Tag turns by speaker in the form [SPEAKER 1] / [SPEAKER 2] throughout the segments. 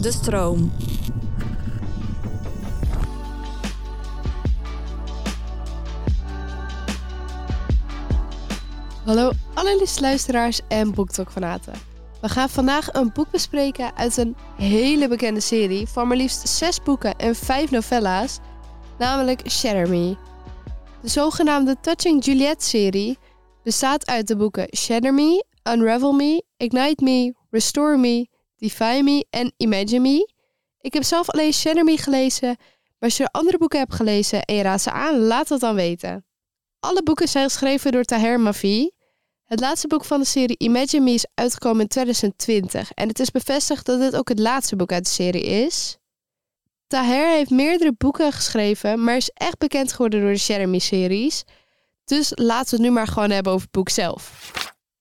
[SPEAKER 1] De stroom.
[SPEAKER 2] Hallo allerliefste luisteraars en BookTok-fanaten. We gaan vandaag een boek bespreken uit een hele bekende serie van maar liefst 6 boeken en 5 novella's, namelijk Shatter Me. De zogenaamde Touching Juliet-serie bestaat uit de boeken Shatter Me, Unravel Me, Ignite Me, Restore Me, Defy Me en Imagine Me. Ik heb zelf alleen Shatter Me gelezen, maar als je andere boeken hebt gelezen en je raadt ze aan, laat het dan weten. Alle boeken zijn geschreven door Taher Mafi. Het laatste boek van de serie Imagine Me is uitgekomen in 2020 en het is bevestigd dat dit ook het laatste boek uit de serie is. Taher heeft meerdere boeken geschreven, maar is echt bekend geworden door de Shatter Me-series. Dus laten we het nu maar gewoon hebben over het boek zelf.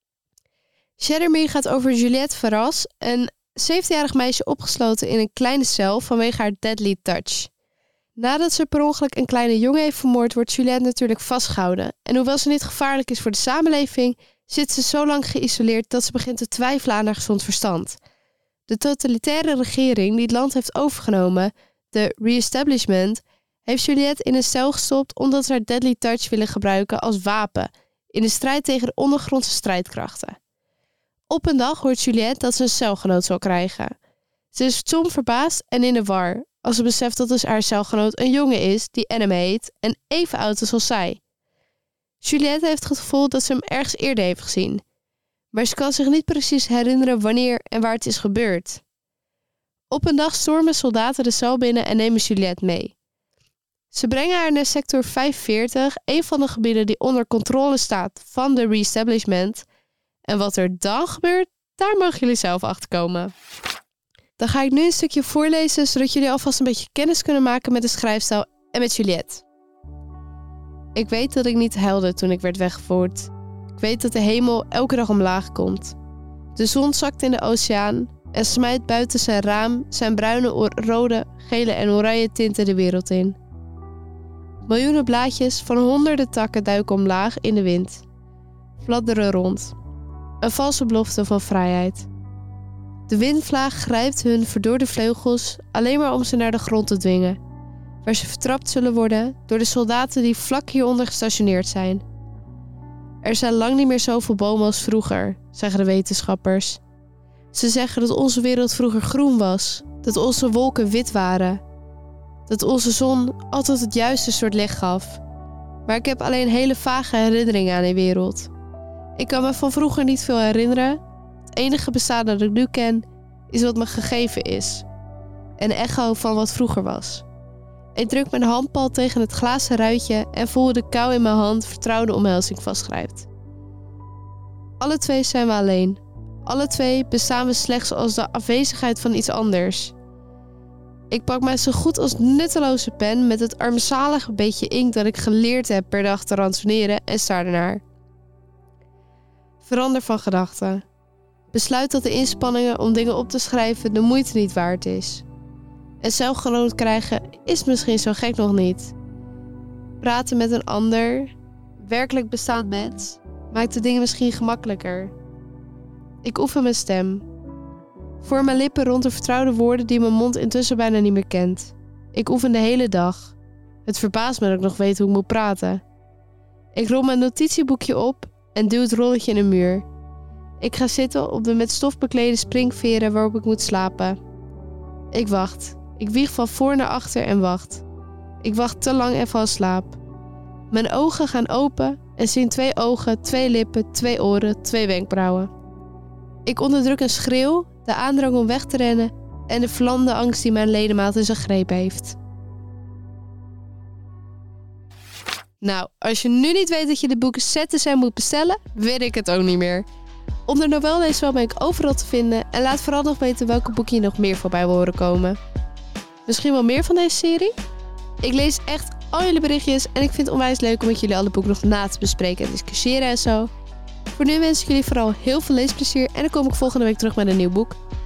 [SPEAKER 2] Shatter Me gaat over Juliette Ferras, een 17-jarig meisje opgesloten in een kleine cel vanwege haar deadly touch. Nadat ze per ongeluk een kleine jongen heeft vermoord, wordt Juliette natuurlijk vastgehouden. En hoewel ze niet gevaarlijk is voor de samenleving, zit ze zo lang geïsoleerd dat ze begint te twijfelen aan haar gezond verstand. De totalitaire regering die het land heeft overgenomen, de Re-establishment, heeft Juliette in een cel gestopt omdat ze haar deadly touch willen gebruiken als wapen in de strijd tegen de ondergrondse strijdkrachten. Op een dag hoort Juliette dat ze een celgenoot zal krijgen. Ze is stom verbaasd en in de war als ze beseft dat dus haar celgenoot een jongen is die Anime heet en even oud is als zij. Juliette heeft het gevoel dat ze hem ergens eerder heeft gezien, maar ze kan zich niet precies herinneren wanneer en waar het is gebeurd. Op een dag stormen soldaten de cel binnen en nemen Juliette mee. Ze brengen haar naar sector 45, een van de gebieden die onder controle staat van de Re-establishment. En wat er dan gebeurt, daar mogen jullie zelf achter komen. Dan ga ik nu een stukje voorlezen, zodat jullie alvast een beetje kennis kunnen maken met de schrijfstijl en met Juliette. Ik weet dat ik niet huilde toen ik werd weggevoerd. Ik weet dat de hemel elke dag omlaag komt. De zon zakt in de oceaan en smijt buiten zijn raam zijn bruine, rode, gele en oranje tinten de wereld in. Miljoenen blaadjes van honderden takken duiken omlaag in de wind. Fladderen rond. Een valse belofte van vrijheid. De windvlaag grijpt hun verdorde vleugels alleen maar om ze naar de grond te dwingen, waar ze vertrapt zullen worden door de soldaten die vlak hieronder gestationeerd zijn. Er zijn lang niet meer zoveel bomen als vroeger, zeggen de wetenschappers. Ze zeggen dat onze wereld vroeger groen was, dat onze wolken wit waren, dat onze zon altijd het juiste soort licht gaf. Maar ik heb alleen hele vage herinneringen aan die wereld. Ik kan me van vroeger niet veel herinneren. Het enige bestaan dat ik nu ken, is wat me gegeven is. Een echo van wat vroeger was. Ik druk mijn handpal tegen het glazen ruitje en voel hoe de kou in mijn hand vertrouwde omhelzing vastgrijpt. Alle twee zijn we alleen. Alle twee bestaan we slechts als de afwezigheid van iets anders. Ik pak mij zo goed als nutteloze pen met het armzalige beetje inkt dat ik geleerd heb per dag te ransoneren en sta ernaar. Verander van gedachten. Besluit dat de inspanningen om dingen op te schrijven de moeite niet waard is. En celgenoot krijgen is misschien zo gek nog niet. Praten met een ander, werkelijk bestaand mens, maakt de dingen misschien gemakkelijker. Ik oefen mijn stem. Voor mijn lippen rond de vertrouwde woorden die mijn mond intussen bijna niet meer kent. Ik oefen de hele dag. Het verbaast me dat ik nog weet hoe ik moet praten. Ik rol mijn notitieboekje op en duw het rolletje in de muur. Ik ga zitten op de met stof beklede springveren waarop ik moet slapen. Ik wacht. Ik wieg van voor naar achter en wacht. Ik wacht te lang en val in slaap. Mijn ogen gaan open en zien 2 ogen, 2 lippen, 2 oren, 2 wenkbrauwen. Ik onderdruk een schreeuw, de aandrang om weg te rennen en de vlammende angst die mijn ledemaat in zijn greep heeft. Nou, als je nu niet weet dat je de boeken zetten en moet bestellen, weet ik het ook niet meer. Onder Novel Lees Wel ben ik overal te vinden en laat vooral nog weten welke boeken je nog meer voorbij wil horen komen. Misschien wel meer van deze serie? Ik lees echt al jullie berichtjes en ik vind het onwijs leuk om met jullie alle boeken nog na te bespreken en discussiëren en zo. Voor nu wens ik jullie vooral heel veel leesplezier en dan kom ik volgende week terug met een nieuw boek.